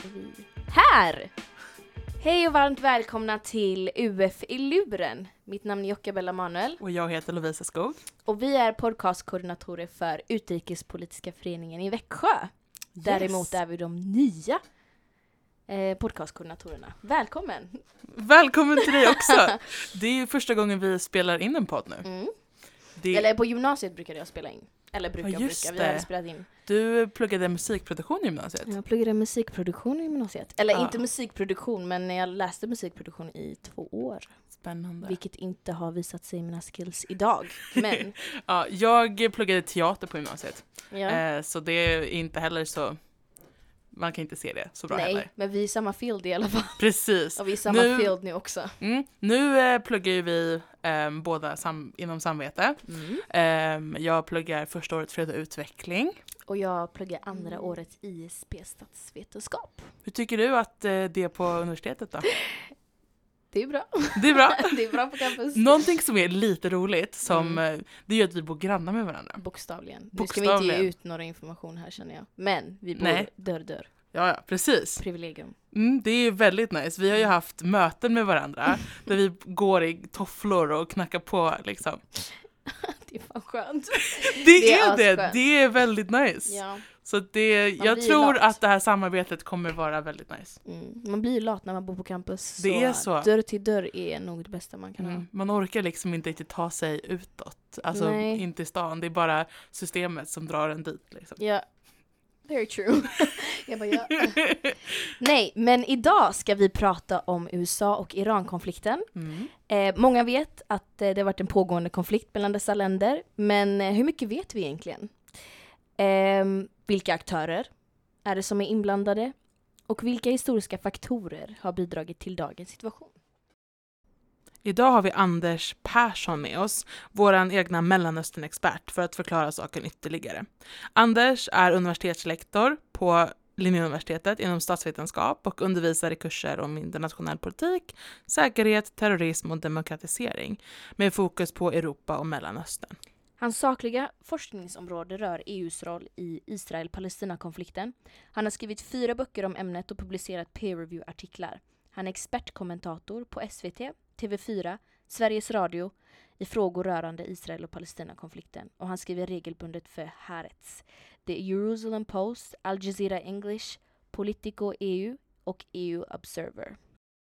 vi här! Hej och varmt välkomna till UF i luren. Mitt namn är Jockabella Manuel. Och jag heter Lovisa Skog. Och vi är podcastkoordinatorer för Utrikespolitiska föreningen i Växjö. Yes. Däremot är vi de nya podcastkoordinatorerna. Välkommen! Välkommen till dig också! Det är ju första gången vi spelar in en podd nu. Mm. Eller på gymnasiet brukade jag spela in. Eller vi hade spelat in. Du pluggade musikproduktion i gymnasiet. Jag pluggade musikproduktion i gymnasiet. Eller inte musikproduktion, men jag läste musikproduktion i 2 år. Spännande. Vilket inte har visat sig i mina skills idag. Men ja, jag pluggade teater på gymnasiet. Ja. Så det är inte heller så... Man kan inte se det så bra heller. Nej, men vi är i samma field i alla fall. Precis. Och vi är i samma field nu också. Nu pluggar ju vi båda inom samvete. Jag pluggar första året fred och utveckling. Och jag pluggar andra året ISP statsvetenskap. Hur tycker du att det är på universitetet då? Det är bra. Det är bra. Det är bra på campus. Någonting som är lite roligt, det är ju att vi bor grannar med varandra. Bokstavligen. Nu ska vi inte ge ut några information här, känner jag. Men vi bor dörr. Ja, precis. Privilegium. Det är väldigt nice. Vi har ju haft möten med varandra där vi går i tofflor och knackar på liksom. Det är fan skönt. Det är väldigt nice. Ja. Så jag tror att det här samarbetet kommer vara väldigt nice. Man blir lat när man bor på campus. Det är så. Dörr till dörr är nog det bästa man kan ha. Man orkar liksom inte riktigt ta sig utåt. Alltså inte i stan. Det är bara systemet som drar en dit. Liksom. Ja, very true. Jag bara, ja. Nej, men idag ska vi prata om USA och Iran-konflikten. Många vet att det har varit en pågående konflikt mellan dessa länder. Men hur mycket vet vi egentligen? Vilka aktörer är det som är inblandade? Och vilka historiska faktorer har bidragit till dagens situation? Idag har vi Anders Persson med oss, våran egna Mellanöstern-expert, för att förklara saken ytterligare. Anders är universitetslektor på Linnéuniversitetet inom statsvetenskap och undervisar i kurser om internationell politik, säkerhet, terrorism och demokratisering, med fokus på Europa och Mellanöstern. Hans sakliga forskningsområde rör EUs roll i Israel-Palestina-konflikten. Han har skrivit 4 böcker om ämnet och publicerat peer-review-artiklar. Han är expertkommentator på SVT, TV4, Sveriges Radio i frågor rörande Israel- och Palestina-konflikten. Och han skriver regelbundet för Haaretz, The Jerusalem Post, Al Jazeera English, Politico EU och EU Observer.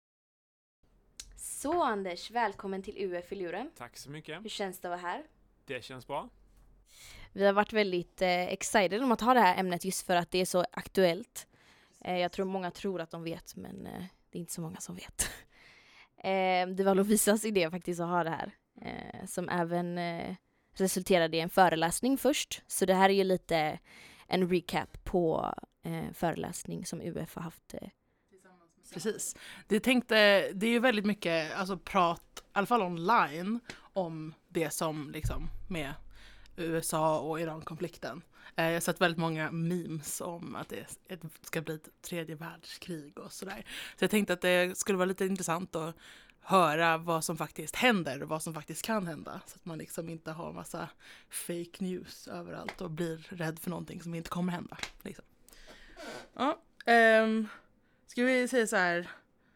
Så Anders, välkommen till UF i luren. Tack så mycket. Hur känns det att vara här? Det känns bra. Vi har varit väldigt excited om att ha det här ämnet just för att det är så aktuellt. Jag tror många tror att de vet, men det är inte så många som vet. Det var Lovisas idé faktiskt att ha det här. Som även resulterade i en föreläsning först. Så det här är ju lite en recap på föreläsning som UF har haft. Precis. Det är ju väldigt mycket prat, i alla fall online, om det som liksom med USA och Iran-konflikten. Jag har sett väldigt många memes om att det ska bli ett 3:e världskrig och sådär. Så jag tänkte att det skulle vara lite intressant att höra vad som faktiskt händer och vad som faktiskt kan hända. Så att man liksom inte har massa fake news överallt och blir rädd för någonting som inte kommer hända. Liksom. Ja, ska vi säga så här,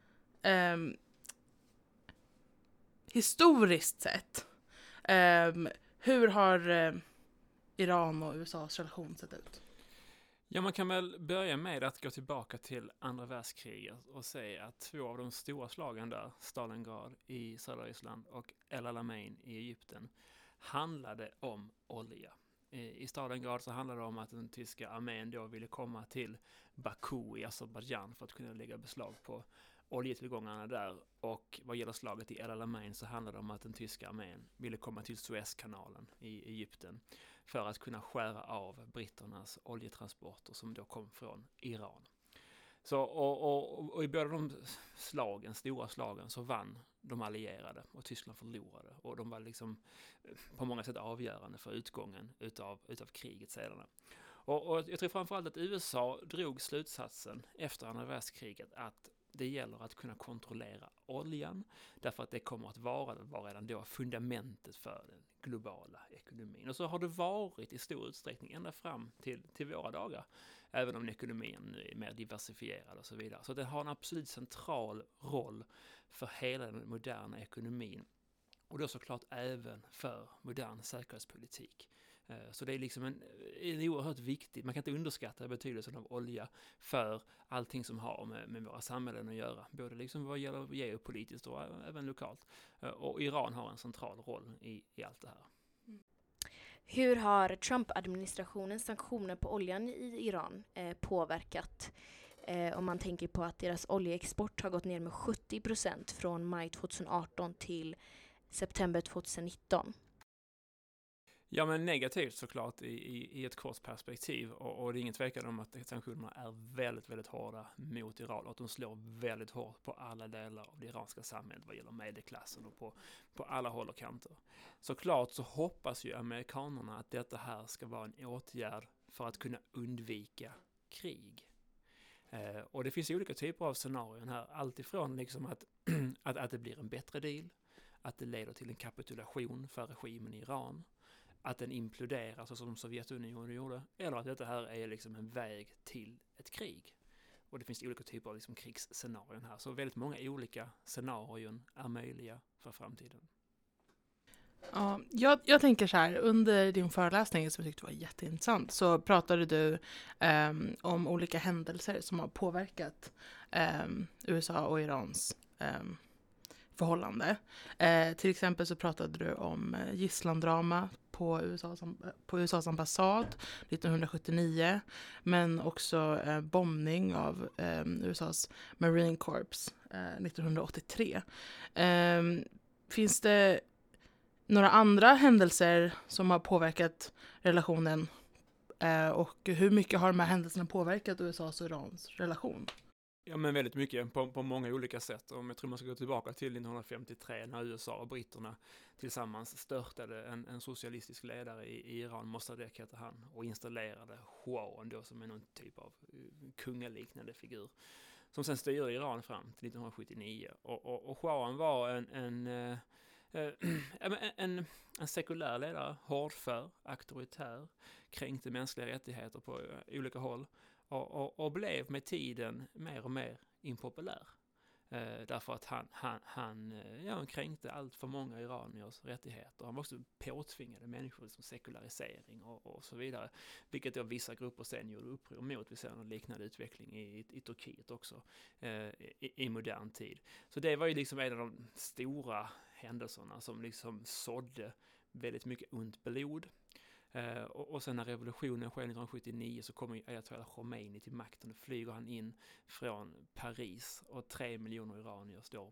historiskt sett, hur har Iran och USAs relation sett ut? Ja, man kan väl börja med att gå tillbaka till andra världskriget och säga att 2 av de stora slagen där, Stalingrad i södra Ryssland och El Alamein i Egypten, handlade om olja. I Stalingrad så handlade det om att den tyska armén då ville komma till Baku i Azerbaijan för att kunna lägga beslag på oljetillgångarna där. Och vad gäller slaget i El Alamein så handlade det om att den tyska armén ville komma till Suezkanalen i Egypten för att kunna skära av britternas oljetransporter som då kom från Iran. Så, och i båda de stora slagen så vann de allierade och Tyskland förlorade. Och de var liksom på många sätt avgörande för utgången utav kriget sedan. Och jag tror framförallt att USA drog slutsatsen efter andra världskriget att det gäller att kunna kontrollera oljan, därför att det kommer att vara redan då fundamentet för den globala ekonomin. Och så har det varit i stor utsträckning ända fram till våra dagar, även om ekonomin nu är mer diversifierad och så vidare. Så det har en absolut central roll för hela den moderna ekonomin. Och då såklart även för modern säkerhetspolitik. Så det är liksom en oerhört viktig, man kan inte underskatta betydelsen av olja för allting som har med våra samhällen att göra. Både liksom vad gäller geopolitiskt och även lokalt. Och Iran har en central roll i allt det här. Hur har Trump-administrationens sanktioner på oljan i Iran påverkat? Om man tänker på att deras oljeexport har gått ner med 70% från maj 2018 till september 2019. Ja, men negativt såklart i ett kort perspektiv, och det är ingen tvekan om att sanktionerna är väldigt, väldigt hårda mot Iran och att de slår väldigt hårt på alla delar av det iranska samhället vad gäller medelklassen och på alla håll och kanter. Såklart så hoppas ju amerikanerna att detta här ska vara en åtgärd för att kunna undvika krig. Och det finns olika typer av scenarion här, alltifrån liksom att det blir en bättre deal, att det leder till en kapitulation för regimen i Iran, att den imploderar så som Sovjetunionen gjorde, eller att detta här är liksom en väg till ett krig. Och det finns olika typer av liksom krigsscenarion här, så väldigt många olika scenarion är möjliga för framtiden. Ja, jag tänker så här, under din föreläsning som jag tyckte var jätteintressant så pratade du om olika händelser som har påverkat USA och Irans förhållande. Till exempel så pratade du om gisslandrama på USAs ambassad 1979, men också bombning av USAs Marine Corps 1983. Finns det några andra händelser som har påverkat relationen och hur mycket har de här händelserna påverkat USAs och Irans relation? Ja, men väldigt mycket på många olika sätt. Om jag tror man ska gå tillbaka till 1953 när USA och britterna tillsammans störtade en socialistisk ledare i Iran, Mossadegh heter han, och installerade shahen då som är någon typ av kungaliknande figur som sen styrde Iran fram till 1979. Och shahen var en sekulär ledare, hårdför, auktoritär, kränkte mänskliga rättigheter på olika håll. Och blev med tiden mer och mer impopulär. Därför att han kränkte allt för många iraniers rättigheter. Han var också påtvingade människor som sekularisering och så vidare. Vilket då vissa grupper sen gjorde uppror mot. Vi ser en liknande utveckling i Turkiet också i modern tid. Så det var ju liksom en av de stora händelserna som liksom sådde väldigt mycket ont blod. Och sen när revolutionen sker 1979 så kommer Ayatollah Khomeini till makten och flyger han in från Paris och 3 miljoner iranier står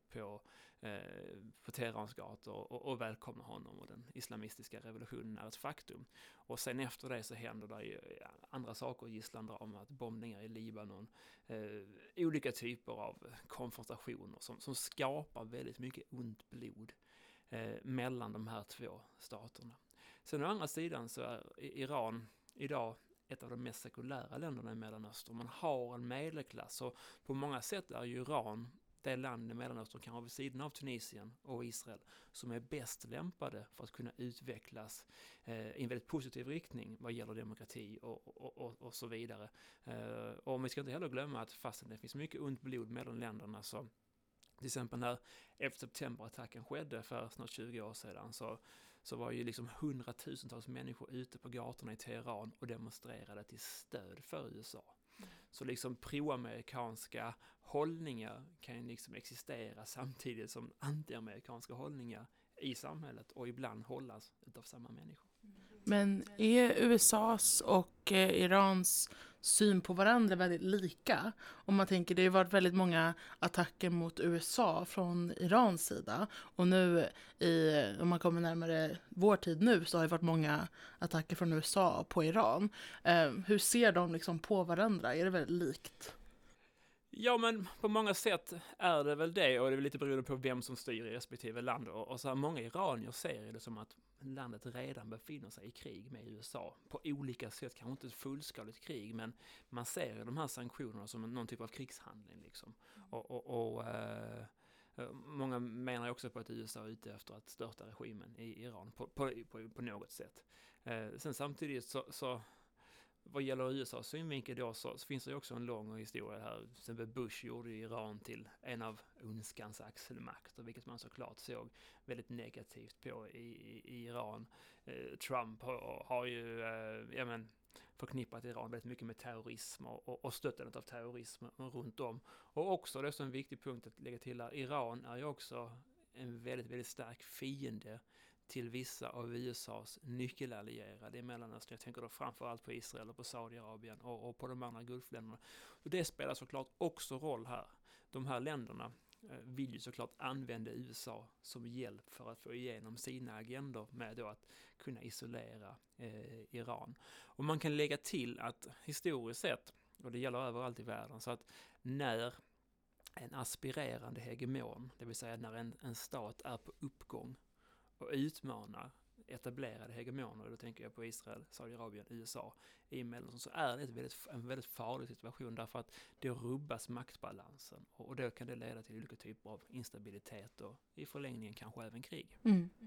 på Teherans gator och välkomnar honom, och den islamistiska revolutionen är ett faktum. Och sen efter det så händer det ju andra saker, gisslandramat, bombningar i Libanon, olika typer av konfrontationer som skapar väldigt mycket ont blod mellan de här två staterna. Sen å andra sidan så är Iran idag ett av de mest sekulära länderna i Mellanöstern. Man har en medelklass, och på många sätt är ju Iran det land i Mellanöstern, kanske vid sidan av Tunisien och Israel, som är bäst lämpade för att kunna utvecklas i en väldigt positiv riktning vad gäller demokrati och så vidare. Och vi ska inte heller glömma att fastän det finns mycket ont blod mellan länderna, så till exempel när 11 september-attacken skedde för snart 20 år sedan så var ju liksom 100,000-tals människor ute på gatorna i Teheran och demonstrerade till stöd för USA. Så liksom pro-amerikanska hållningar kan ju liksom existera samtidigt som anti-amerikanska hållningar i samhället och ibland hållas av samma människor. Men är USAs och Irans syn på varandra väldigt lika? Om man tänker, det har varit väldigt många attacker mot USA från Irans sida. Och nu, om man kommer närmare vår tid nu, så har det varit många attacker från USA på Iran. Hur ser de liksom på varandra? Är det väldigt likt? Ja, men på många sätt är det väl det, och det är väl lite beroende på vem som styr i respektive land. Och så här, många iranier ser det som att landet redan befinner sig i krig med USA. På olika sätt, kanske inte ett fullskaligt krig, men man ser de här sanktionerna som någon typ av krigshandling. Liksom. Många menar också på att USA är ute efter att störta regimen i Iran på något sätt. Sen samtidigt så vad gäller USAs synvinkel då så finns det ju också en lång historia här. Till exempel Bush gjorde ju Iran till en av ondskans axelmakter, vilket man såklart såg väldigt negativt på i Iran. Trump har ju förknippat Iran väldigt mycket med terrorism och stöttandet av terrorism runt om. Och också, det är så en viktig punkt att lägga till här, Iran är ju också en väldigt, väldigt stark fiende till vissa av USAs nyckelallierade i Mellanöstern. Jag tänker då framförallt på Israel och på Saudiarabien och på de andra gulfländerna. Och det spelar såklart också roll här. De här länderna vill ju såklart använda USA som hjälp för att få igenom sina agendor med då att kunna isolera Iran. Och man kan lägga till att historiskt sett, och det gäller överallt i världen, så att när en aspirerande hegemon, det vill säga när en stat är på uppgång och utmanar etablerade hegemoner, då tänker jag på Israel, Saudiarabien, USA i Mellanöstern, så är det en väldigt farlig situation, därför att då rubbas maktbalansen och då kan det leda till olika typer av instabilitet och i förlängningen kanske även krig.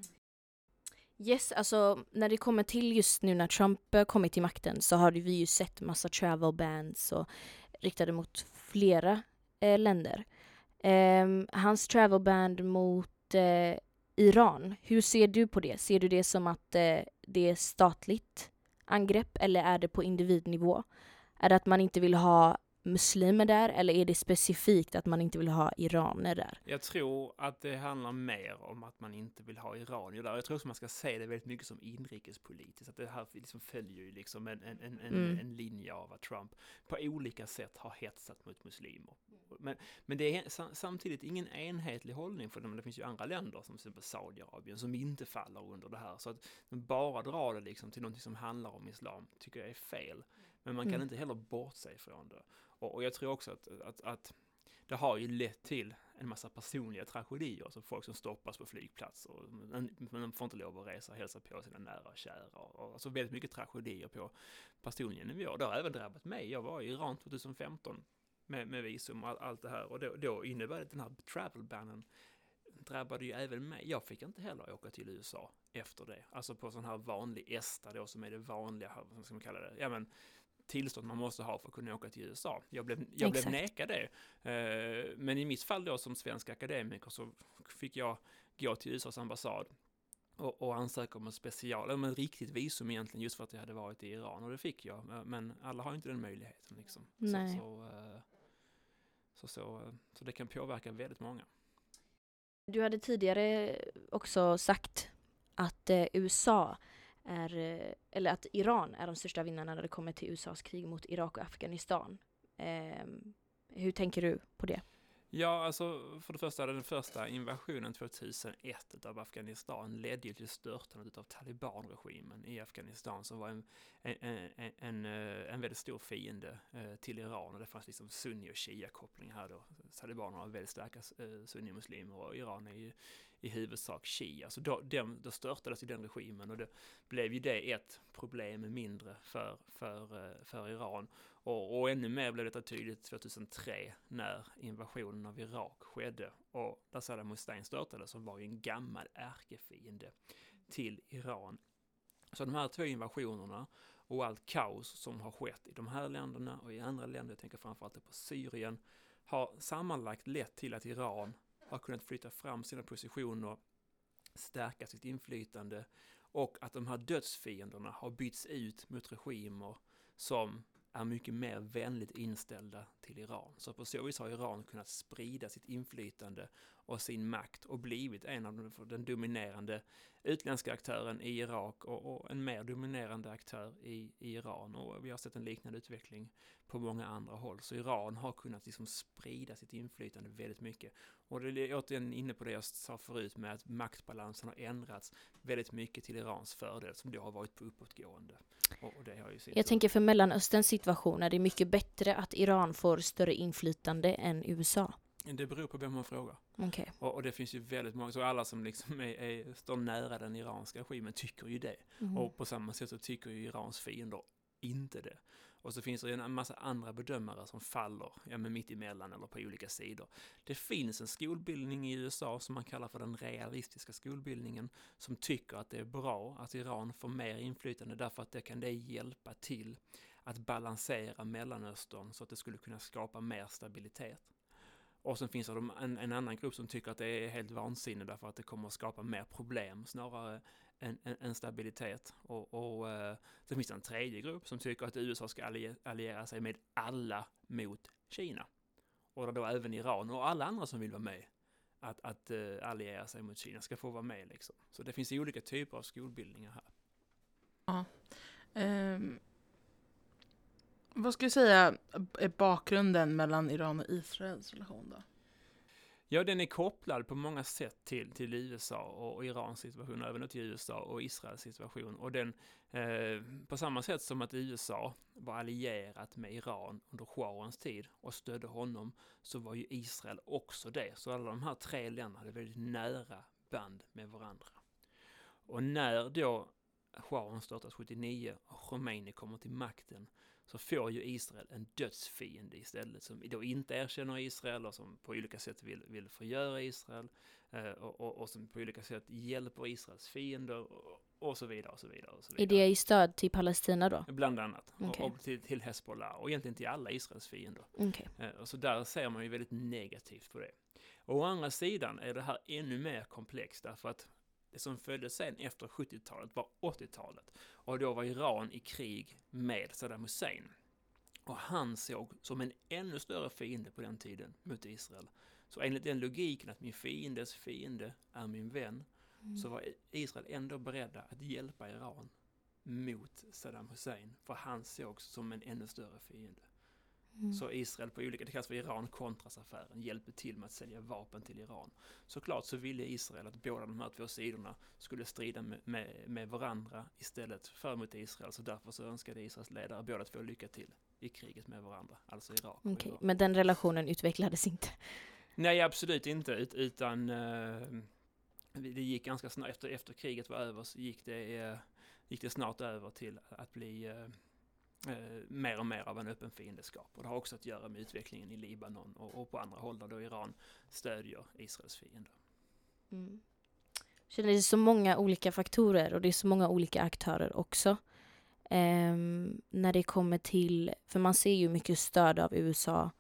Yes, alltså när det kommer till just nu när Trump kommit till makten så har vi ju sett massa travel bans och riktade mot flera länder. Hans travel ban mot Iran, hur ser du på det? Ser du det som att det är statligt angrepp eller är det på individnivå? Är det att man inte vill ha muslimer där eller är det specifikt att man inte vill ha iraner där? Jag tror att det handlar mer om att man inte vill ha iranier där. Jag tror att man ska se det väldigt mycket som inrikespolitiskt. Att det här liksom följer ju liksom en linje av att Trump på olika sätt har hetsat mot muslimer. Men det är samtidigt ingen enhetlig hållning för dem. Det finns ju andra länder som till exempel Saudiarabien som inte faller under det här. Så att bara dra det liksom till något som handlar om islam tycker jag är fel. Men man kan inte heller bortse ifrån det. Och jag tror också att det har ju lett till en massa personliga tragedier. Alltså folk som stoppas på flygplatser. Men får inte lov att resa och hälsa på sina nära och kära. Och alltså väldigt mycket tragedier på personliga nivåer. Det har även drabbat mig. Jag var i Iran 2015 med visum och allt det här. Och då innebär det att den här travel-bannen drabbade ju även mig. Jag fick inte heller åka till USA efter det. Alltså på sån här vanlig ESTA då, som är det vanliga, vad ska man kalla det? Ja, men tillstånd man måste ha för att kunna åka till USA. Jag blev nekad det. Men i mitt fall då som svensk akademiker så fick jag gå till USAs ambassad och ansöka om en riktigt visum egentligen, just för att jag hade varit i Iran, och det fick jag. Men alla har inte den möjligheten liksom. Nej. Så det kan påverka väldigt många. Du hade tidigare också sagt att USA eller att Iran är de största vinnarna när det kommer till USAs krig mot Irak och Afghanistan. Hur tänker du på det? Ja, alltså för det första, den första invasionen 2001 av Afghanistan ledde ju till störtandet av Taliban-regimen i Afghanistan, som var en väldigt stor fiende till Iran, och det fanns liksom sunni- och shia-koppling här då. Talibanerna har väldigt starka sunni-muslimer och Iran är ju i huvudsak shia. Så då störtades ju den regimen, och det blev ju det ett problem mindre för Iran. Och ännu mer blev detta tydligt 2003 när invasionen av Irak skedde och där Saddam Hussein störtades, som var ju en gammal ärkefiende till Iran. Så de här två invasionerna och allt kaos som har skett i de här länderna och i andra länder, jag tänker framförallt på Syrien, har sammanlagt lett till att Iran har kunnat flytta fram sina positioner, stärka sitt inflytande, och att de här dödsfienderna har bytts ut mot regimer som är mycket mer vänligt inställda till Iran. Så på så vis har Iran kunnat sprida sitt inflytande och sin makt och blivit en av den dominerande utländska aktören i Irak och en mer dominerande aktör i Iran. Och vi har sett en liknande utveckling på många andra håll. Så Iran har kunnat liksom sprida sitt inflytande väldigt mycket. Och det är återigen inne på det jag sa förut med att maktbalansen har ändrats väldigt mycket till Irans fördel som då har varit på uppåtgående. Och det har ju Jag tänker för Mellanösterns situation är det mycket bättre att Iran får större inflytande än USA. Det beror på vem man frågar. Okay. Och det finns ju väldigt många, så alla som liksom står nära den iranska regimen tycker ju det. Och på samma sätt så tycker ju Irans fiender inte det. Och så finns det en massa andra bedömare som faller mitt emellan eller på olika sidor. Det finns en skolbildning i USA som man kallar för den realistiska skolbildningen som tycker att det är bra att Iran får mer inflytande därför att det kan hjälpa till att balansera Mellanöstern så att det skulle kunna skapa mer stabilitet. Och sen finns det en annan grupp som tycker att det är helt vansinnigt därför att det kommer att skapa mer problem snarare än stabilitet. Och sen finns det en tredje grupp som tycker att USA ska alliera sig med alla mot Kina. Och då även Iran och alla andra som vill vara med att alliera sig mot Kina ska få vara med. Liksom. Så det finns olika typer av skolbildningar här. Ja. Vad ska jag säga är bakgrunden mellan Iran och Israels relation då? Ja, den är kopplad på många sätt till USA och Irans situation, även till USA och Israels situation. Och den, på samma sätt som att USA var allierat med Iran under shahens tid och stödde honom, så var ju Israel också det. Så alla de här tre länderna hade väldigt nära band med varandra. Och när då shahen störtas 79 och Khomeini kommer till makten, så får ju Israel en dödsfiende istället som då inte erkänner Israel och som på olika sätt vill förgöra Israel och som på olika sätt hjälper Israels fiender och så vidare och så vidare. Och så vidare. Är det i stöd till Palestina då? Bland annat. Okay. Och till Hezbollah och egentligen till alla Israels fiender. Okay. Och så där ser man ju väldigt negativt på det. Och å andra sidan är det här ännu mer komplext därför att det som föddes sen efter 70-talet var 80-talet. Och då var Iran i krig med Saddam Hussein. Och han såg som en ännu större fiende på den tiden mot Israel. Så enligt den logiken att min fiendes fiende är min vän, så var Israel ändå beredda att hjälpa Iran mot Saddam Hussein. För han sågs som en ännu större fiende. Så Israel på olika, det kallas för Iran-Contras-affären, hjälpte till med att sälja vapen till Iran. Såklart så ville Israel att båda de här två sidorna skulle strida med varandra istället för mot Israel. Så därför så önskade Israels ledare båda två lycka till i kriget med varandra, alltså Irak. Okay. Men den relationen utvecklades inte? Nej, absolut inte, utan det gick ganska snart, efter kriget var över så gick det snart över till att bli mer och mer av en öppen fiendeskap. Och det har också att göra med utvecklingen i Libanon och på andra håll där då Iran stödjer Israels fiender. Så det är så många olika faktorer och det är så många olika aktörer också. När det kommer till, för man ser ju mycket stöd av USA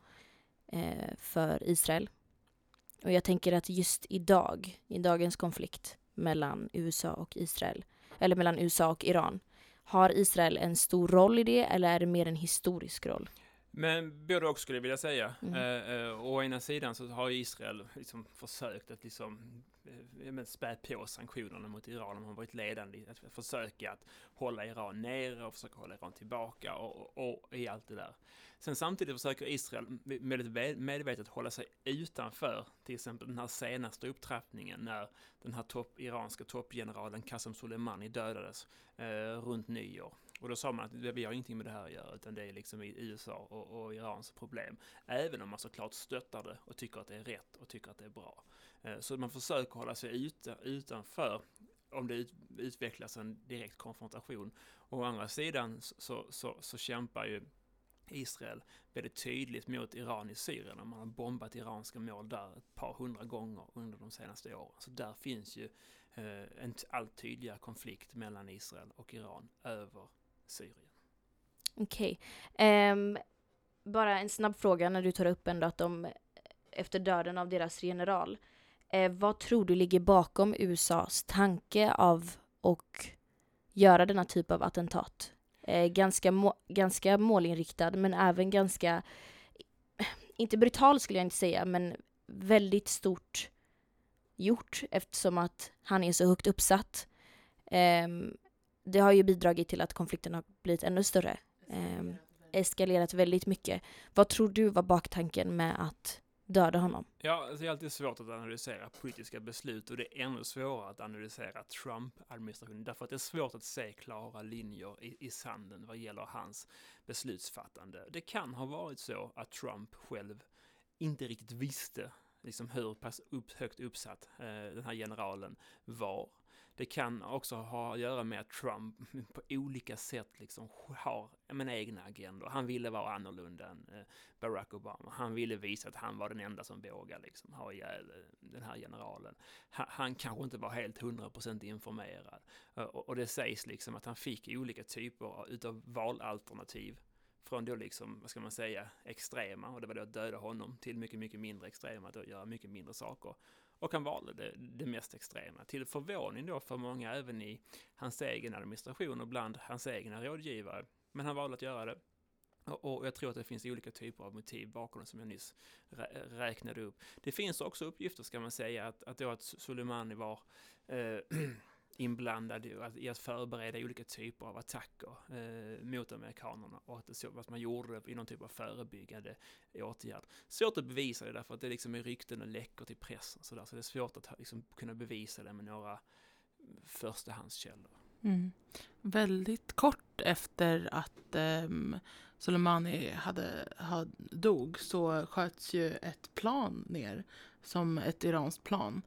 för Israel. Och jag tänker att just i dagens konflikt mellan USA och Israel, eller mellan USA och Iran, har Israel en stor roll i det eller är det mer en historisk roll? Men både också skulle jag vilja säga. Å ena sidan så har Israel liksom försökt att liksom, spä på sanktionerna mot Iran. De har varit ledande att försöka att hålla Iran nere och försöka hålla Iran tillbaka och i allt det där. Sen samtidigt försöker Israel väldigt medvetet hålla sig utanför till exempel den här senaste upptrappningen när den här iranska toppgeneralen Qasem Soleimani dödades runt nyår. Och då sa man att vi har ingenting med det här att göra utan det är liksom i USA och Irans problem. Även om man såklart stöttar det och tycker att det är rätt och tycker att det är bra. Så man försöker hålla sig utanför om det utvecklas en direkt konfrontation. Och å andra sidan så kämpar ju Israel väldigt tydligt mot Iran i Syrien. Man har bombat iranska mål där ett par 100 gånger under de senaste åren. Så där finns ju en allt tydligare konflikt mellan Israel och Iran över Syrien. Okej. Bara en snabb fråga när du tar upp ändå att de efter döden av deras general, vad tror du ligger bakom USAs tanke av att göra denna typ av attentat? Ganska målinriktad men även ganska, inte brutal skulle jag inte säga, men väldigt stort gjort eftersom att han är så högt uppsatt. Det har ju bidragit till att konflikten har blivit ännu större. Eskalerat väldigt mycket. Vad tror du var baktanken med att döda honom? Ja, alltså det är alltid svårt att analysera politiska beslut och det är ännu svårare att analysera Trump-administrationen därför att det är svårt att se klara linjer i sanden vad gäller hans beslutsfattande. Det kan ha varit så att Trump själv inte riktigt visste liksom hur pass högt uppsatt den här generalen var. Det kan också ha att göra med att Trump på olika sätt liksom har egna agendor. Han ville vara annorlunda än Barack Obama. Han ville visa att han var den enda som vågade liksom ha ihjäl den här generalen. Han kanske inte var helt 100% informerad. Och det sägs liksom att han fick olika typer utav valalternativ från då liksom, vad ska man säga, extrema, och det var då att döda honom, till mycket, mycket mindre extrema, att göra mycket mindre saker. Och han valde det mest extrema. Till förvåning då för många, även i hans egen administration och bland hans egna rådgivare. Men han valde att göra det. Och jag tror att det finns olika typer av motiv bakom det som jag nyss räknade upp. Det finns också uppgifter, ska man säga, att Soleimani var inblandad i att förbereda olika typer av attacker mot amerikanerna och att man gjorde det i någon typ av förebyggande åtgärd. Svårt att bevisa det därför att det liksom är rykten och läckor till pressen så det är svårt att liksom kunna bevisa det med några förstahandskällor. Väldigt kort efter att Soleimani dog så sköts ju ett plan ner som ett iranskt plan.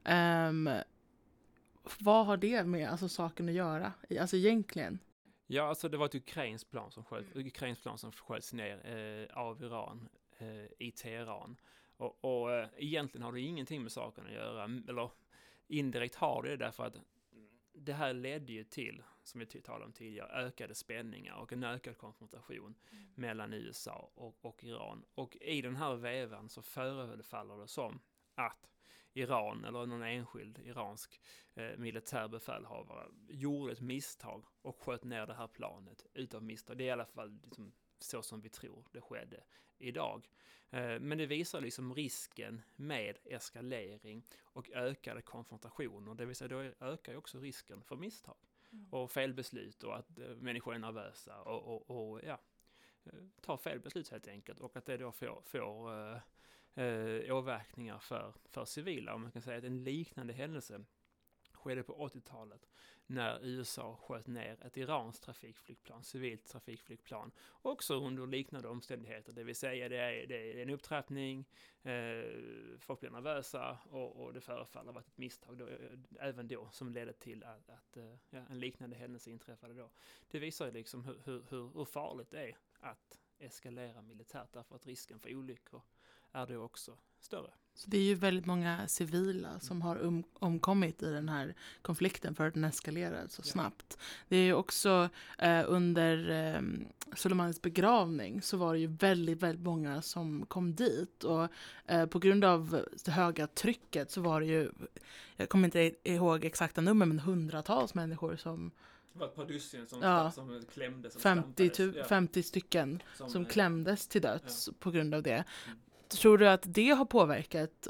Vad har det med saken att göra? Alltså egentligen? Ja, alltså det var ett ukrainskt plan som sköts ner av Iran i Teheran. Och egentligen har det ingenting med saken att göra. Eller indirekt har det därför att det här ledde ju till, som vi talade om tidigare, ökade spänningar och en ökad konfrontation mellan USA och Iran. Och i den här vevan så förefaller det som att Iran eller någon enskild iransk militärbefälhavare gjorde ett misstag och sköt ner det här planet utav misstag. Det är i alla fall liksom så som vi tror det skedde idag. Men det visar liksom risken med eskalering och ökade konfrontationer. Det vill säga då ökar ju också risken för misstag och felbeslut och att människor är nervösa och tar fel beslut helt enkelt. Och att det då får åverkningar för civila. Och man kan säga att en liknande händelse skedde på 80-talet när USA sköt ner ett iranskt trafikflygplan, civilt trafikflygplan, också under liknande omständigheter. Det vill säga det är en upptrappning, folk blir nervösa och det förefaller vara ett misstag då, även då som ledde till att en liknande händelse inträffade då. Det visar liksom hur farligt det är att eskalera militärt därför att risken för olyckor är då också större. Så det är ju väldigt många civila som har omkommit i den här konflikten för att den eskalerar så snabbt. Det är ju också under Soleimanis begravning så var det ju väldigt, väldigt många som kom dit och på grund av det höga trycket så var det ju, jag kommer inte ihåg exakta nummer, men hundratals människor som det var ett par dussin som klämdes. 50 stycken som klämdes till döds på grund av det. Tror du att det har påverkat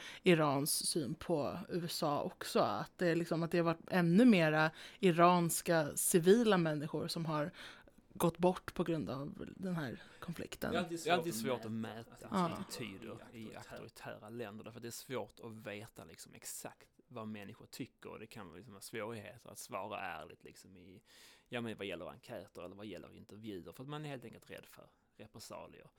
Irans syn på USA också? Att det har varit ännu mera iranska civila människor som har gått bort på grund av den här konflikten? Det är alltid svårt att mäta attityder i auktoritära länder därför att det är svårt att veta liksom exakt vad människor tycker och det kan vara liksom svårigheter att svara ärligt liksom vad gäller enkäter eller vad gäller intervjuer för att man är helt enkelt rädd för repressalier.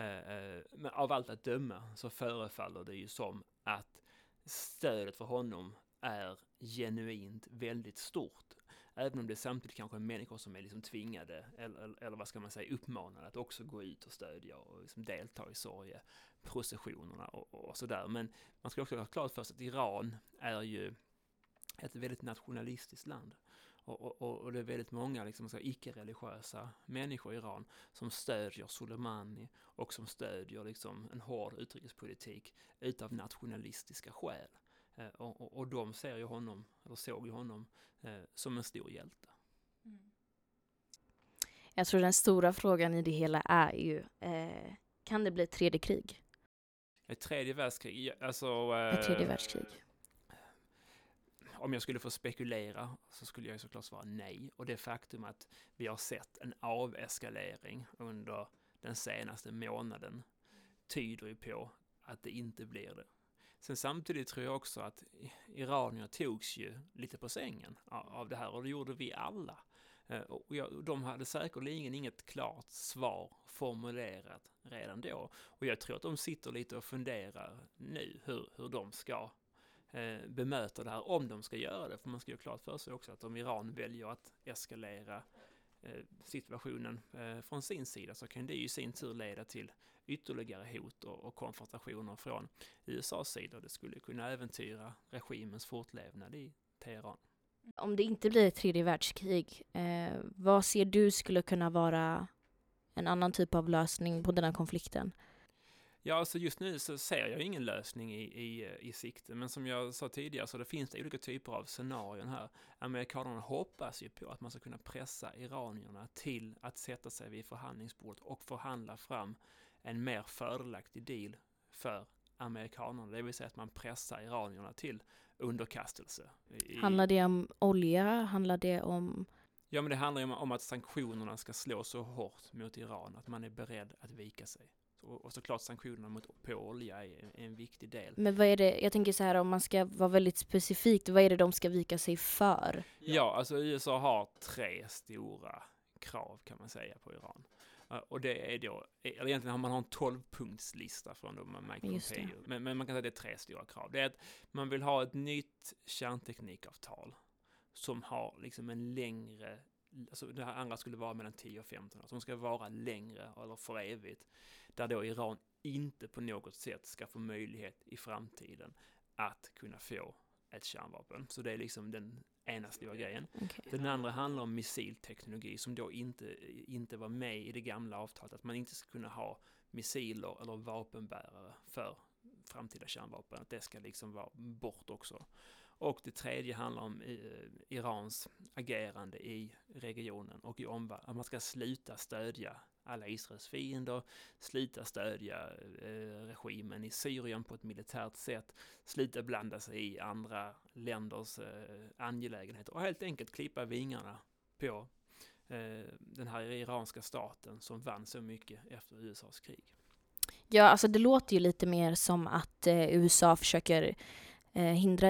Men av allt att döma så förefaller det ju som att stödet för honom är genuint väldigt stort. Även om det samtidigt kanske är människor som är liksom tvingade eller vad ska man säga uppmanade att också gå ut och stödja och liksom delta i sorgeprocessionerna och sådär. Men man ska också ha klart för sig att Iran är ju ett väldigt nationalistiskt land. Och det är väldigt många liksom, icke-religiösa människor i Iran som stödjer Soleimani och som stödjer liksom, en hård utrikespolitik utav nationalistiska skäl. Och de såg ju honom som en stor hjälte. Jag tror den stora frågan i det hela är ju, kan det bli ett tredje krig? Ett tredje världskrig? Ett tredje världskrig. om jag skulle få spekulera så skulle jag såklart svara nej. Och det faktum att vi har sett en aveskalering under den senaste månaden tyder ju på att det inte blir det. Sen samtidigt tror jag också att iranier togs ju lite på sängen av det här, och det gjorde vi alla. Och de hade säkerligen inget klart svar formulerat redan då. Och jag tror att de sitter lite och funderar nu hur de ska bemöta det här, om de ska göra det. För man ska ju klart för sig också att om Iran väljer att eskalera situationen från sin sida, så kan det ju i sin tur leda till ytterligare hot och konfrontationer från USAs sida. Det skulle kunna äventyra regimens fortlevnad i Teheran. Om det inte blir ett tredje världskrig, vad ser du skulle kunna vara en annan typ av lösning på den här konflikten? Ja, alltså just nu så ser jag ingen lösning i sikte, men som jag sa tidigare så det finns det olika typer av scenarion här. Amerikanerna hoppas ju på att man ska kunna pressa iranierna till att sätta sig vid förhandlingsbordet och förhandla fram en mer fördelaktig deal för amerikanerna. Det vill säga att man pressar iranierna till underkastelse. Handlar det om olja? Handlar det om... Ja, men det handlar ju om att sanktionerna ska slå så hårt mot Iran att man är beredd att vika sig. Och såklart sanktionerna på olja är en viktig del. Men vad är det, jag tänker så här, om man ska vara väldigt specifikt, vad är det de ska vika sig för? Ja, alltså USA har 3 stora krav kan man säga på Iran. Och det är då, eller egentligen har man en 12-punktslista från Mike Pompeo. Men man kan säga att det är 3 stora krav. Det är att man vill ha ett nytt kärnteknikavtal som har liksom en längre, alltså det här andra skulle vara mellan 10 och 15 år, som ska vara längre eller för evigt, där då Iran inte på något sätt ska få möjlighet i framtiden att kunna få ett kärnvapen. Så det är liksom den ena stora grejen. Okay. Den andra handlar om missilteknologi som då inte var med i det gamla avtalet, att man inte ska kunna ha missiler eller vapenbärare för framtida kärnvapen, att det ska liksom vara bort också. Och det tredje handlar om Irans agerande i regionen och i omvärlden. Att man ska sluta stödja alla Israels fiender, sluta stödja regimen i Syrien på ett militärt sätt, sluta blanda sig i andra länders angelägenheter och helt enkelt klippa vingarna på den här iranska staten som vann så mycket efter USAs krig. Ja, alltså det låter ju lite mer som att USA försöker hindra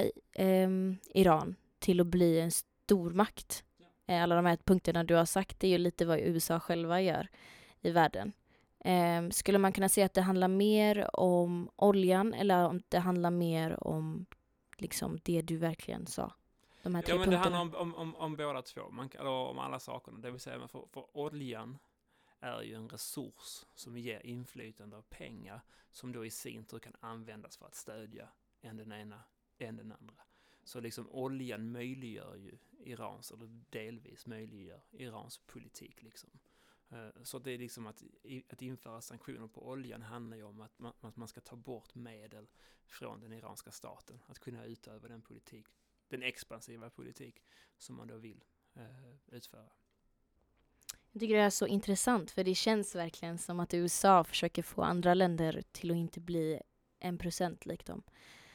Iran till att bli en stormakt. Alla de här punkterna du har sagt är ju lite vad USA själva gör i världen. Skulle man kunna säga att det handlar mer om oljan eller om det handlar mer om liksom det du verkligen sa? De här 3 men punkterna. det handlar om båda två, eller om alla sakerna. Det vill säga för oljan är ju en resurs som ger inflytande och pengar som då i sin tur kan användas för att stödja än den ena än den andra. Så liksom oljan möjliggör ju Irans, eller delvis möjliggör Irans politik liksom. Så det är liksom att införa sanktioner på oljan handlar ju om att man ska ta bort medel från den iranska staten. Att kunna utöva den expansiva politik som man då vill utföra. Jag tycker det är så intressant för det känns verkligen som att USA försöker få andra länder till att inte bli 1% likt dem.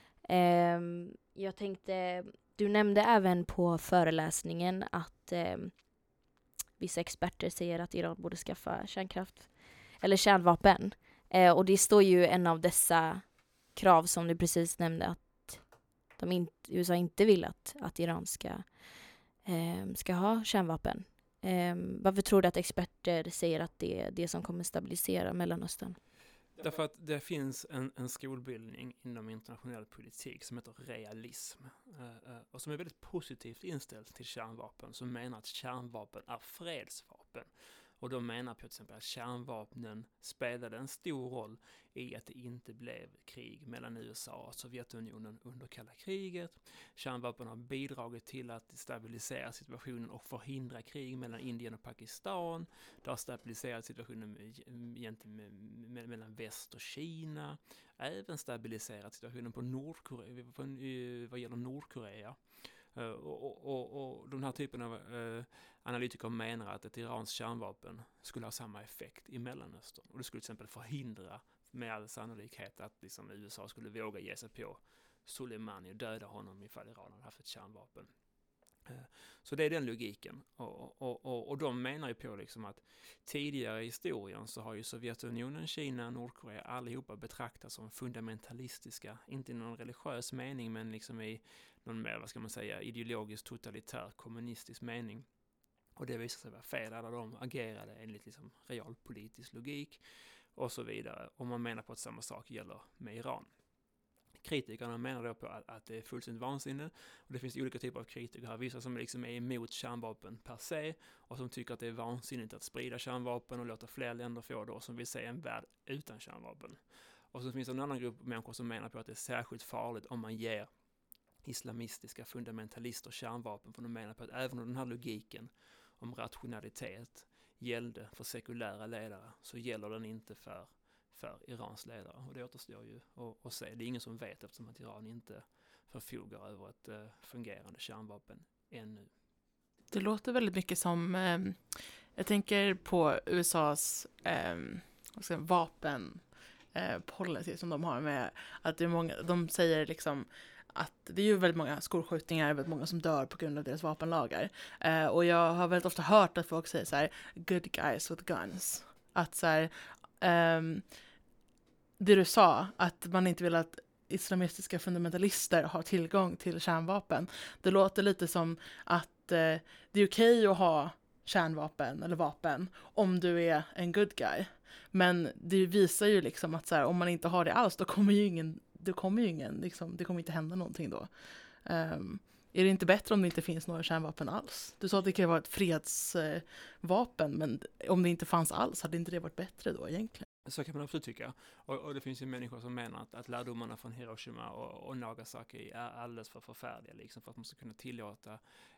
Jag tänkte, du nämnde även på föreläsningen att vissa experter säger att Iran borde skaffa kärnkraft eller kärnvapen. Och det står ju en av dessa krav som du precis nämnde att USA inte vill att Iran ska ha kärnvapen. Varför tror du att experter säger att det är det som kommer stabilisera Mellanöstern? Därför att det finns en skolbildning inom internationell politik som heter realism och som är väldigt positivt inställd till kärnvapen, som menar att kärnvapen är fredsvapen. Och de menar på till exempel att kärnvapnen spelade en stor roll i att det inte blev krig mellan USA och Sovjetunionen under kalla kriget. Kärnvapen har bidragit till att stabilisera situationen och förhindra krig mellan Indien och Pakistan. Det har stabiliserat situationen mellan väst och Kina. Även stabiliserat situationen på vad gäller Nordkorea. Och den här typen av analytiker menar att ett Irans kärnvapen skulle ha samma effekt i Mellanöstern. Och det skulle till exempel förhindra med all sannolikhet att liksom USA skulle våga ge sig på Soleimani och döda honom ifall Iran hade haft ett kärnvapen. Så det är den logiken. Och de menar ju på liksom att tidigare i historien så har ju Sovjetunionen, Kina, Nordkorea allihopa betraktats som fundamentalistiska, inte i någon religiös mening men liksom i någon mer, vad ska man säga, ideologisk totalitär kommunistisk mening. Och det visade sig vara fel. Alla de agerade enligt liksom realpolitisk logik och så vidare. Och man menar på att samma sak gäller med Iran. Kritikerna menar då på att det är fullständigt vansinne, och det finns olika typer av kritiker här. Vissa som liksom är emot kärnvapen per se och som tycker att det är vansinnigt att sprida kärnvapen och låta fler länder få det, och som vill se en värld utan kärnvapen. Och så finns det en annan grupp människor som menar på att det är särskilt farligt om man ger islamistiska fundamentalister kärnvapen, för de menar på att även om den här logiken om rationalitet gällde för sekulära ledare så gäller den inte för Irans ledare. Och det återstår ju att se. Det är ingen som vet, eftersom att Iran inte förfogar över ett fungerande kärnvapen ännu. Det låter väldigt mycket som, jag tänker på USAs vapen policy som de har med att det är många, de säger liksom att det är ju väldigt många skolskjutningar, väldigt många som dör på grund av deras vapenlagar. Och jag har väldigt ofta hört att folk säger så här, good guys with guns. Att så här, det du sa, att man inte vill att islamistiska fundamentalister har tillgång till kärnvapen. Det låter lite som att det är okej att ha kärnvapen eller vapen om du är en good guy. Men det visar ju liksom att så här, om man inte har det alls, då kommer ju ingen liksom, det kommer inte hända någonting då. Är det inte bättre om det inte finns några kärnvapen alls? Du sa att det kan vara ett fredsvapen, men om det inte fanns alls, hade inte det varit bättre då egentligen? Så kan man absolut tycka. Och det finns ju människor som menar att lärdomarna från Hiroshima och Nagasaki är alldeles för förfärliga liksom, för att man ska kunna tillåta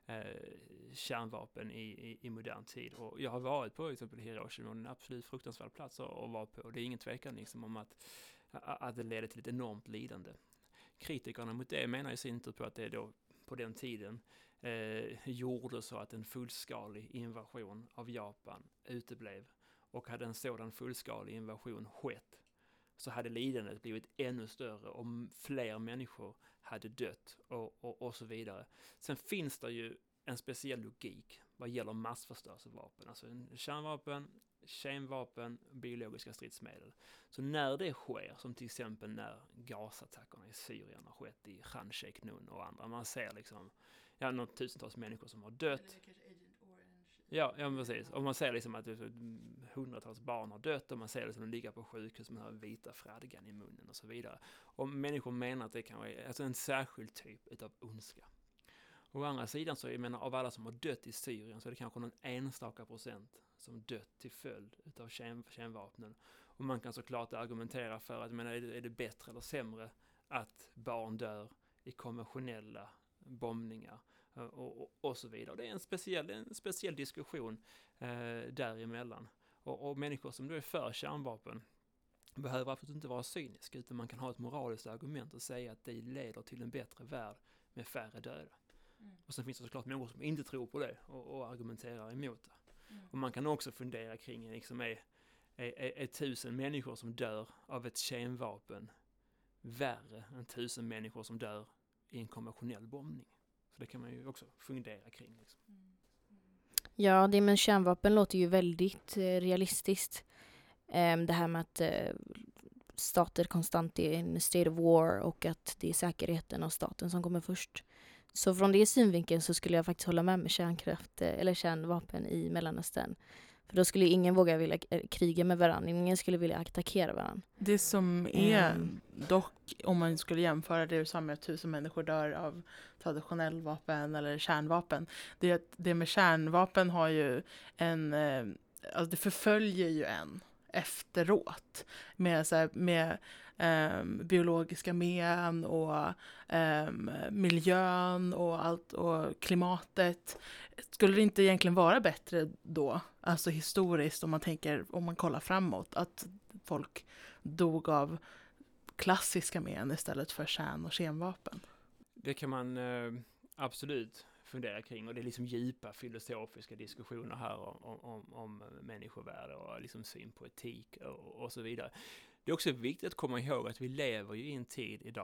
kärnvapen i modern tid. Och jag har varit på exempel Hiroshima, och en absolut fruktansvärd plats att vara på. Och det är ingen tvekan liksom, om att det leder till ett enormt lidande. Kritikerna mot det menar i sin tur på att det då på den tiden gjorde så att en fullskalig invasion av Japan uteblev. Och hade en sådan fullskalig invasion skett, så hade lidandet blivit ännu större och fler människor hade dött och så vidare. Sen finns det ju en speciell logik vad gäller massförstörelsevapen. Alltså kärnvapen, kemvapen, biologiska stridsmedel. Så när det sker, som till exempel när gasattackerna i Syrien har skett i Khan Sheikhoun och andra, man ser liksom några tusentals människor som har dött. Ja, precis. Och man ser liksom att hundratals barn har dött, och man ser liksom att de ligger på sjukhus med den här vita fradgan i munnen och så vidare. Och människor menar att det kan vara alltså en särskild typ av ondska. Å andra sidan så, jag menar, av alla som har dött i Syrien så är det kanske någon enstaka procent som dött till följd av kemvapnen. Och man kan såklart argumentera för att, menar, är det bättre eller sämre att barn dör i konventionella bombningar och så vidare. Det är en speciell diskussion däremellan. Och människor som då är för kärnvapen behöver absolut inte vara cyniska, utan man kan ha ett moraliskt argument och säga att det leder till en bättre värld med färre döda. Och sen finns det såklart människor som inte tror på det och argumenterar emot det. Och man kan också fundera kring liksom, är 1000 människor som dör av ett kemvapen värre än 1000 människor som dör i en konventionell bombning? Så det kan man ju också fundera kring. Liksom. Ja, det med kärnvapen låter ju väldigt realistiskt. Det här med att stater konstant är i en state of war och att det är säkerheten av staten som kommer först. Så från det synvinkeln så skulle jag faktiskt hålla med kärnkraft eller kärnvapen i Mellanöstern. För då skulle ingen våga vilja kriga med varandra. Ingen skulle vilja attackera varandra. Det som är dock, om man skulle jämföra det som med 1000 människor dör av traditionell vapen eller kärnvapen. Det med kärnvapen har ju alltså det förföljer ju en efteråt med biologiska men och miljön och allt och klimatet. Skulle det inte egentligen vara bättre då, alltså historiskt, om man kollar framåt, att folk dog av klassiska men istället för kärn- och kemvapen? Det kan man absolut fundera kring, och det är liksom djupa filosofiska diskussioner här om människovärde och liksom syn på etik och så vidare. Det är också viktigt att komma ihåg att vi lever ju i en tid idag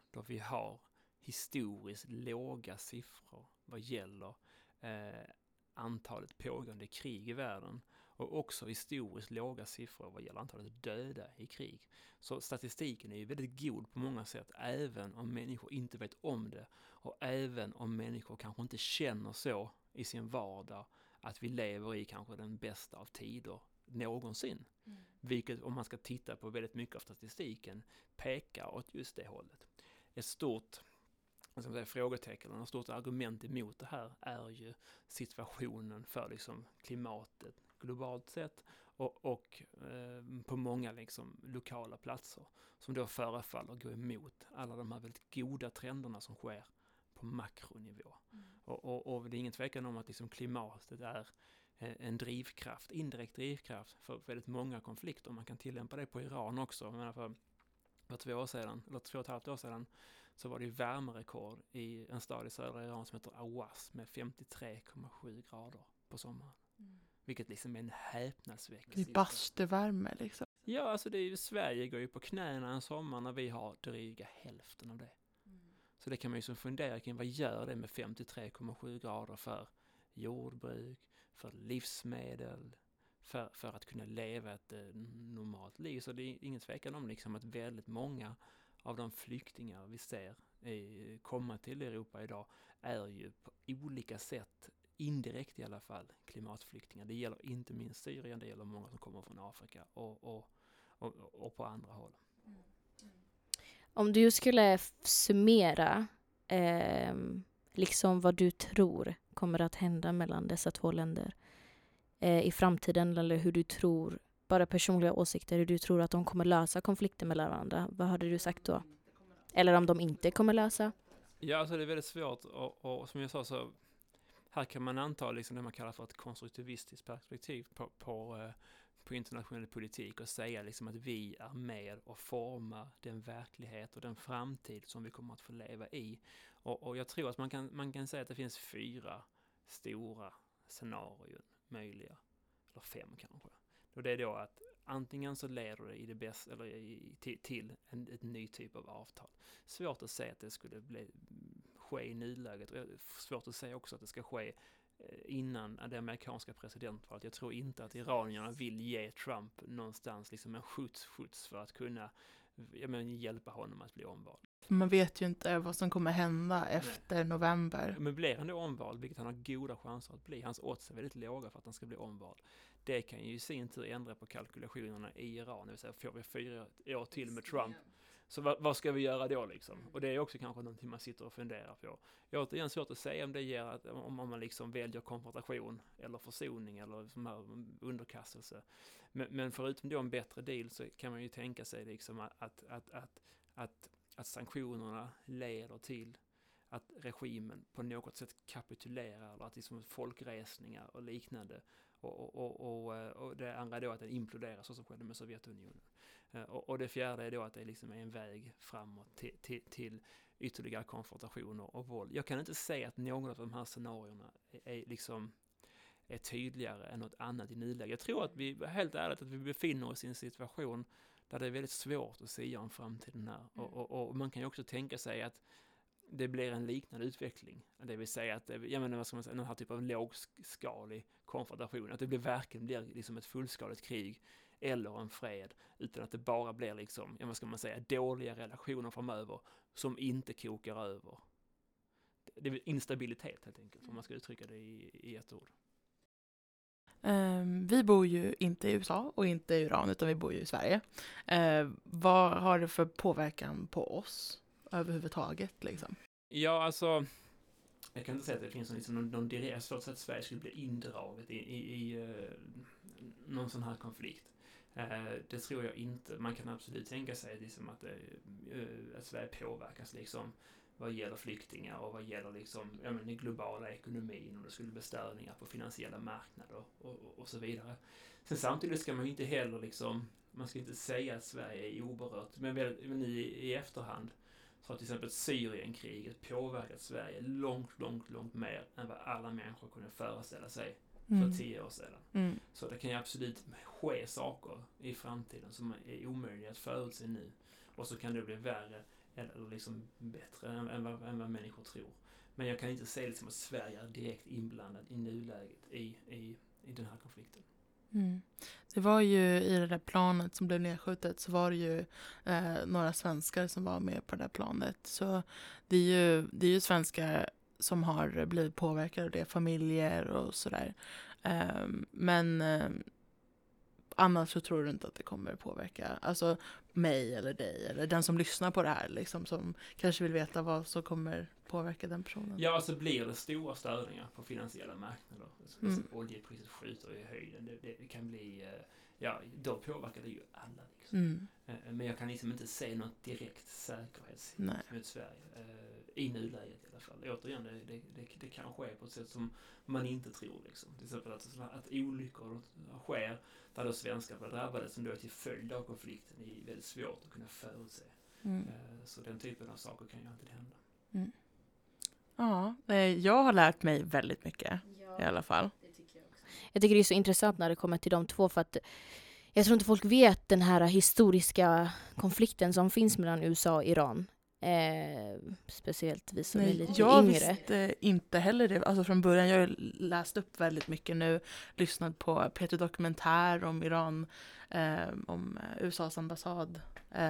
då vi har historiskt låga siffror vad gäller antalet pågående krig i världen och också historiskt låga siffror vad gäller antalet döda i krig. Så statistiken är ju väldigt god på många sätt, även om människor inte vet om det och även om människor kanske inte känner så i sin vardag att vi lever i kanske den bästa av tider någonsin. Vilket, om man ska titta på väldigt mycket av statistiken, pekar åt just det hållet. Ett stort frågetecken och ett stort argument emot det här är ju situationen för liksom klimatet globalt sett och på många liksom lokala platser som då förefaller gå emot alla de här väldigt goda trenderna som sker på makronivå. Och det är ingen tvekan om att liksom klimatet är en drivkraft, indirekt drivkraft för väldigt många konflikter. Man kan tillämpa det på Iran också. Jag menar för 2,5 år sedan så var det ju värmerekord i en stad i södra Iran som heter Awas med 53,7 grader på sommaren. Vilket liksom är en häpnadsväckande. Det är bastuvärme liksom. Ja, alltså Sverige går ju på knäna en sommar när vi har dryga hälften av det. Så det kan man ju som fundera kring, vad gör det med 53,7 grader för jordbruk, för livsmedel, för att kunna leva ett normalt liv. Så det är ingen tvekan om liksom att väldigt många av de flyktingar vi ser komma till Europa idag är ju på olika sätt, indirekt i alla fall, klimatflyktingar. Det gäller inte minst Syrien, det gäller många som kommer från Afrika och på andra håll. Om du skulle summera liksom vad du tror kommer att hända mellan dessa två länder i framtiden, eller hur du tror, bara personliga åsikter, hur du tror att de kommer lösa konflikter mellan varandra, vad hade du sagt då? Eller om de inte kommer lösa? Ja, alltså det är väldigt svårt och som jag sa så här kan man anta liksom det man kallar för ett konstruktivistiskt perspektiv på internationell politik och säga liksom att vi är med och formar den verklighet och den framtid som vi kommer att få leva i. Och jag tror att man kan säga att det finns 4 stora scenarion möjliga, eller 5 kanske. Och det är då att antingen så leder det i det bästa eller till ett ny typ av avtal. Svårt att säga att det skulle ske i nuläget, och svårt att säga också att det ska ske innan det amerikanska presidentvalet. Jag tror inte att iranierna vill ge Trump någonstans liksom en skjuts för att kunna hjälpa honom att bli omvald. Man vet ju inte vad som kommer hända efter november. Men blir han då omvald, vilket han har goda chanser att bli, hans odds är väldigt låga för att han ska bli omvald. Det kan ju i sin tur ändra på kalkylationerna i Iran, det vill säga får vi 4 år till med Trump. Så vad ska vi göra då liksom? Och det är också kanske någonting man sitter och funderar på. Jag har återigen svårt att säga om det ger att, om man liksom väljer konfrontation eller försoning eller sån här underkastelse. Men förutom då en bättre deal så kan man ju tänka sig liksom att sanktionerna leder till att regimen på något sätt kapitulerar, eller att liksom folkresningar och liknande och det andra då att den imploderar så som skedde med Sovjetunionen. Och det fjärde är då att det liksom är en väg framåt till ytterligare konfrontationer och våld. Jag kan inte säga att någon av de här scenarierna är tydligare än något annat i nuläget. Jag tror att vi, helt ärligt, att vi befinner oss i en situation där det är väldigt svårt att säga om framtiden här. Och man kan ju också tänka sig att det blir en liknande utveckling. Det vill säga att vad ska man säga, den här typen av lågskalig konfrontation, att det verkligen blir liksom ett fullskaligt krig eller en fred, utan att det bara blir liksom, vad ska man säga, dåliga relationer framöver som inte kokar över. Det är instabilitet helt enkelt, om man ska uttrycka det i ett ord. Vi bor ju inte i USA och inte i Iran, utan vi bor ju i Sverige. Vad har det för påverkan på oss överhuvudtaget liksom? Ja, alltså jag kan inte säga att det finns någon direkt så att Sverige skulle bli indraget i någon sån här konflikt. Det tror jag inte. Man kan absolut tänka sig liksom att Sverige påverkas liksom vad gäller flyktingar och vad gäller liksom, den globala ekonomin, och det skulle bli störningar på finansiella marknader och så vidare. Sen samtidigt ska man ju inte heller liksom, man ska inte säga att Sverige är oberört, men nu i efterhand så har till exempel Syrienkriget påverkat Sverige långt mer än vad alla människor kunde föreställa sig för 10 år sedan. Så det kan ju absolut ske saker i framtiden som är omöjliga att förutse nu. Och så kan det bli värre eller liksom bättre än vad människor tror. Men jag kan inte säga liksom att Sverige är direkt inblandad i nuläget i den här konflikten. Mm. Det var ju i det där planet som blev nedskjutet, så var det ju några svenskar som var med på det där planet. Så det är ju svenskar som har blivit påverkade av det, familjer och sådär. Men annars så tror du inte att det kommer påverka alltså mig eller dig eller den som lyssnar på det här liksom, som kanske vill veta vad som kommer påverka den personen. Ja, alltså blir det stora störningar på finansiella marknader. Oljepriset skjuter i höjden. Det kan bli, då påverkar det ju alla. Liksom. Men jag kan liksom inte se något direkt säkerhetshot mot Sverige. I nuläget i alla fall. Återigen, det kan ske på ett sätt som man inte tror. Liksom. Till exempel att olyckor sker där då svenskar blir drabbade som då är till följd av konflikten är väldigt svårt att kunna förutse. Så den typen av saker kan ju alltid hända. Ja, jag har lärt mig väldigt mycket i alla fall. Det tycker jag också. Jag tycker det är så intressant när det kommer till de två, för att jag tror inte folk vet den här historiska konflikten som finns mellan USA och Iran. Speciellt vi som är lite jag yngre. Jag visste inte heller det. Alltså från början, jag har läst upp väldigt mycket nu. Lyssnat på P3 Dokumentär om Iran. Om USAs ambassad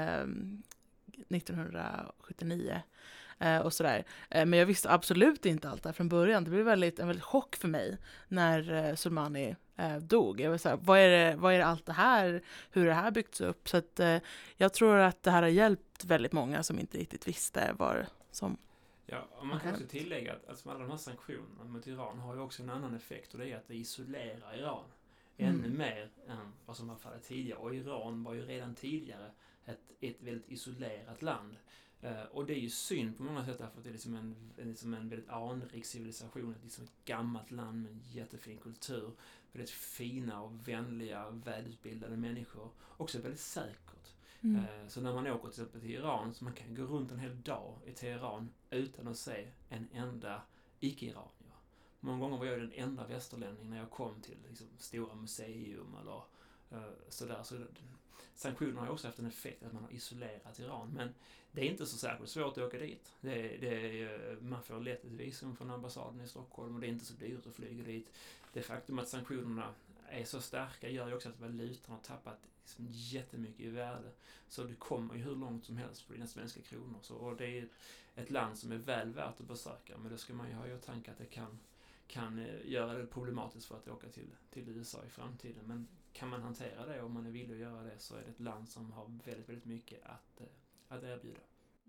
1979. Och sådär. Men jag visste absolut inte allt där från början. Det blev en väldigt chock för mig när Soleimani dog. Jag var så här, vad är det allt det här? Hur har det här byggts upp? Så att, jag tror att det här har hjälpt väldigt många som inte riktigt visste vad som. Ja, och man kan också tillägga att alltså, alla de här sanktionerna mot Iran har ju också en annan effekt, och det är att det isolerar Iran ännu mer än vad som var fallet tidigare. Och Iran var ju redan tidigare ett väldigt isolerat land. Och det är ju synd på många sätt, därför att det är liksom en väldigt anrik civilisation, liksom ett gammalt land med en jättefin kultur, väldigt fina och vänliga, välutbildade människor, också väldigt säkert. Så när man åker till exempel till Iran, så man kan gå runt en hel dag i Teheran utan att se en enda icke-iranier. Många gånger var jag den enda västerlänning när jag kom till liksom, stora museum eller sådär. Så sanktionerna har också haft en effekt att man har isolerat Iran, men det är inte så särskilt svårt att åka dit. Man får lätt ett visum från ambassaden i Stockholm, och det är inte så dyrt att flyga dit. Det faktum att sanktionerna är så starka gör ju också att valutan har tappat liksom jättemycket i värde. Så det kommer ju hur långt som helst på dina svenska kronor. Och det är ett land som är väl värt att besöka, men då ska man ju ha i åtanke att det kan göra det problematiskt för att åka till USA i framtiden. Men kan man hantera det, om man är villig att göra det, så är det ett land som har väldigt, väldigt mycket att erbjuda.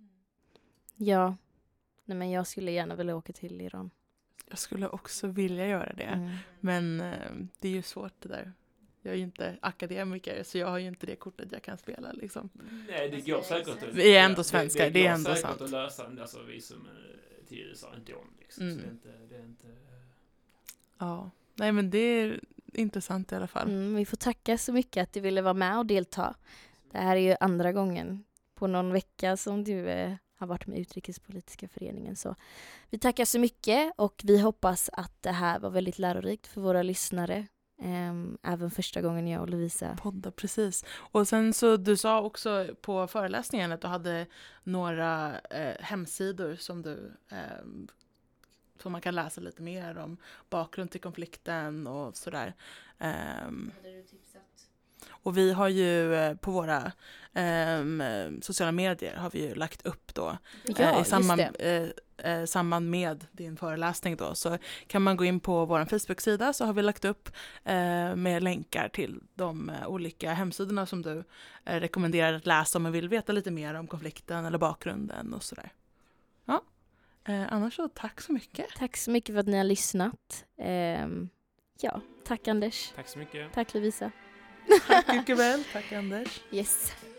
Ja, men jag skulle gärna vilja åka till Iran. Jag skulle också vilja göra det. Men det är ju svårt det där. Jag är ju inte akademiker, så jag har ju inte det kortet jag kan spela. Liksom. Nej, det går säkert. Vi är ändå svenskar, det är ändå sant. Det går säkert att lösa visum till USA ändå. Liksom. Så det är inte... Ja, nej men det är intressant i alla fall. Vi får tacka så mycket att du ville vara med och delta. Det här är ju andra gången på någon vecka som du har varit med Utrikespolitiska föreningen. Så vi tackar så mycket, och vi hoppas att det här var väldigt lärorikt för våra lyssnare. Även första gången jag och Lovisa poddar, precis. Och sen så, du sa också på föreläsningen att du hade några hemsidor som du som man kan läsa lite mer om bakgrund till konflikten och sådär. hade du tipsat? Och vi har ju på våra sociala medier har vi ju lagt upp då i samband med din föreläsning då, så kan man gå in på vår Facebook-sida, så har vi lagt upp med länkar till de olika hemsidorna som du rekommenderar att läsa om man vill veta lite mer om konflikten eller bakgrunden och sådär. Ja. Annars så tack så mycket. Tack så mycket för att ni har lyssnat. Ja, tack Anders. Tack så mycket. Tack Lovisa. Tack mycket väl. Tack Anders. Yes.